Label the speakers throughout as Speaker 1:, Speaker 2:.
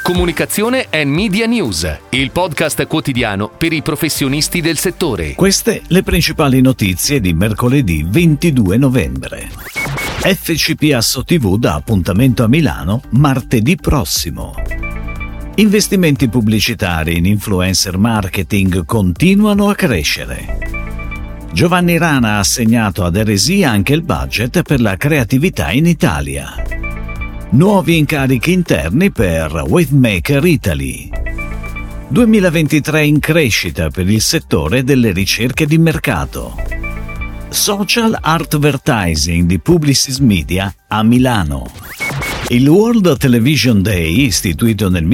Speaker 1: Comunicazione and Media News, il podcast quotidiano per i professionisti del settore.
Speaker 2: Queste le principali notizie di mercoledì 22 novembre. FCP Asso TV dà appuntamento a Milano martedì prossimo. Investimenti pubblicitari in influencer marketing continuano a crescere. Giovanni Rana ha assegnato ad Eresia anche il budget per la creatività in Italia. Nuovi incarichi interni per Wavemaker Italy. 2023 in crescita per il settore delle ricerche di mercato. Social Advertising di Publicis Media a Milano. Il World Television Day, istituito nel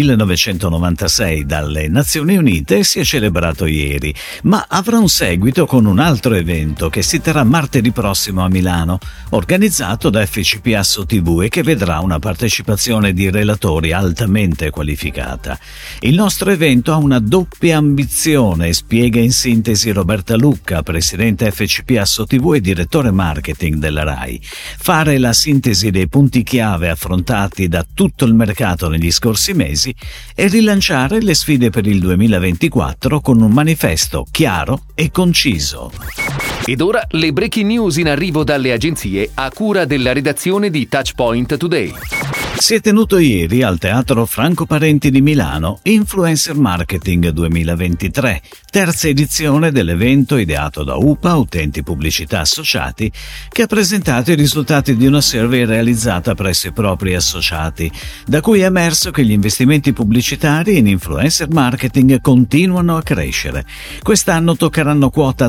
Speaker 2: 1996 dalle Nazioni Unite, si è celebrato ieri, ma avrà un seguito con un altro evento che si terrà martedì prossimo a Milano, organizzato da FCP Asso TV e che vedrà una partecipazione di relatori altamente qualificata. Il nostro evento ha una doppia ambizione, spiega in sintesi Roberta Lucca, presidente FCP Asso TV e direttore marketing della RAI. Fare la sintesi dei punti chiave affrontati da tutto il mercato negli scorsi mesi e rilanciare le sfide per il 2024 con un manifesto chiaro e conciso.
Speaker 1: Ed ora le breaking news in arrivo dalle agenzie a cura della redazione di Touchpoint Today.
Speaker 2: Si è tenuto ieri al Teatro Franco Parenti di Milano Influencer Marketing 2023, terza edizione dell'evento ideato da UPA, Utenti Pubblicità Associati, che ha presentato i risultati di una survey realizzata presso i propri associati, da cui è emerso che gli investimenti pubblicitari in influencer marketing continuano a crescere. Quest'anno toccheranno quota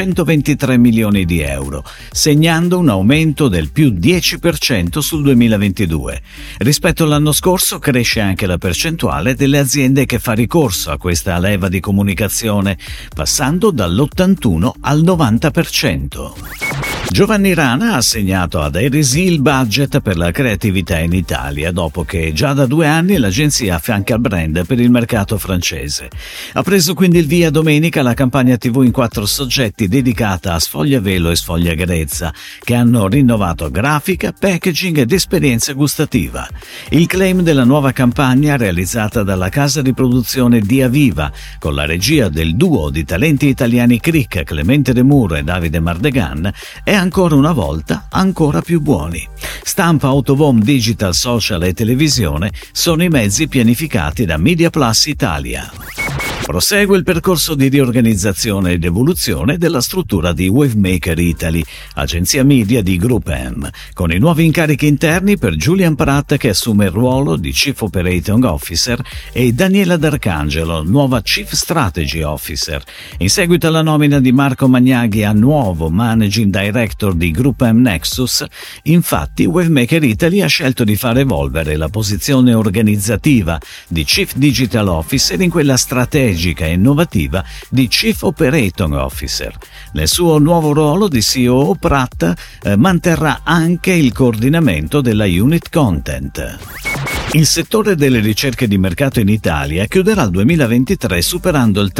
Speaker 2: 323 milioni di euro, segnando un aumento del più 10% sul 2022. Rispetto all'anno scorso cresce anche la percentuale delle aziende che fa ricorso a questa leva di comunicazione, passando dall'81 al 90%. Giovanni Rana ha assegnato ad Eresia il budget per la creatività in Italia, dopo che già da 2 anni l'agenzia affianca il brand per il mercato francese. Ha preso quindi il via domenica la campagna TV in 4 soggetti dedicata a Sfogliavelo e Sfogliagrezza, che hanno rinnovato grafica, packaging ed esperienza gustativa. Il claim della nuova campagna, realizzata dalla casa di produzione Dia Viva, con la regia del duo di talenti italiani Cric, Clemente De Muro e Davide Mardegan, è ancora una volta ancora più buoni. Stampa, autovom, digital, social e televisione sono i mezzi pianificati da Media Plus Italia. Prosegue il percorso di riorganizzazione ed evoluzione della struttura di Wavemaker Italy, agenzia media di Group M, con i nuovi incarichi interni per Julian Pratt, che assume il ruolo di Chief Operating Officer, e Daniela D'Arcangelo, nuova Chief Strategy Officer. In seguito alla nomina di Marco Magnaghi a nuovo Managing Director di Group M Nexus, infatti Wavemaker Italy ha scelto di far evolvere la posizione organizzativa di Chief Digital Officer in quella strategica e innovativa di Chief Operating Officer. Nel suo nuovo ruolo di COO, Pratt manterrà anche il coordinamento della Unit Content. Il settore delle ricerche di mercato in Italia chiuderà il 2023 superando il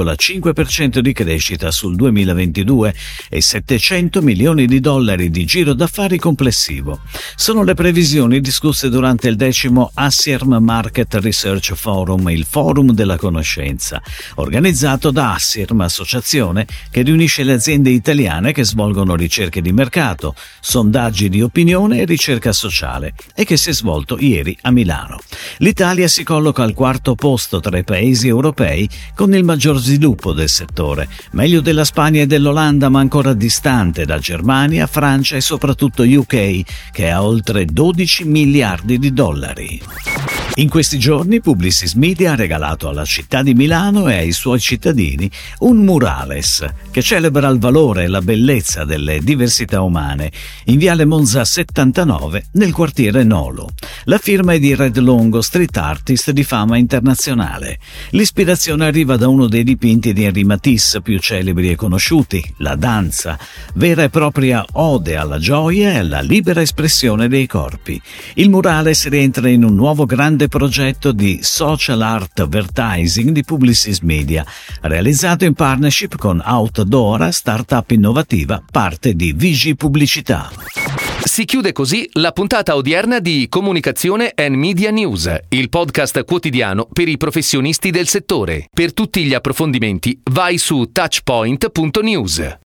Speaker 2: 3,5% di crescita sul 2022 e 700 milioni di dollari di giro d'affari complessivo. Sono le previsioni discusse durante il 10° Assirm Market Research Forum, il forum della conoscenza, organizzato da Assirm, associazione che riunisce le aziende italiane che svolgono ricerche di mercato, sondaggi di opinione e ricerca sociale, e che si è svolto ieri a Milano. L'Italia si colloca al 4° posto tra i paesi europei con il maggior sviluppo del settore, meglio della Spagna e dell'Olanda, ma ancora distante da Germania, Francia e soprattutto UK, che ha oltre 12 miliardi di dollari. In questi giorni Publicis Media ha regalato alla città di Milano e ai suoi cittadini un murales che celebra il valore e la bellezza delle diversità umane in Viale Monza 79 nel quartiere Nolo. La firma è di Red Longo, street artist di fama internazionale. L'ispirazione arriva da uno dei dipinti di Henri Matisse più celebri e conosciuti, La danza, vera e propria ode alla gioia e alla libera espressione dei corpi. Il murales rientra in un nuovo grande progetto di social art advertising di Publicis Media, realizzato in partnership con Outdoora, startup innovativa, parte di VG Pubblicità.
Speaker 1: Si chiude così la puntata odierna di Comunicazione and Media News, il podcast quotidiano per i professionisti del settore. Per tutti gli approfondimenti vai su touchpoint.news.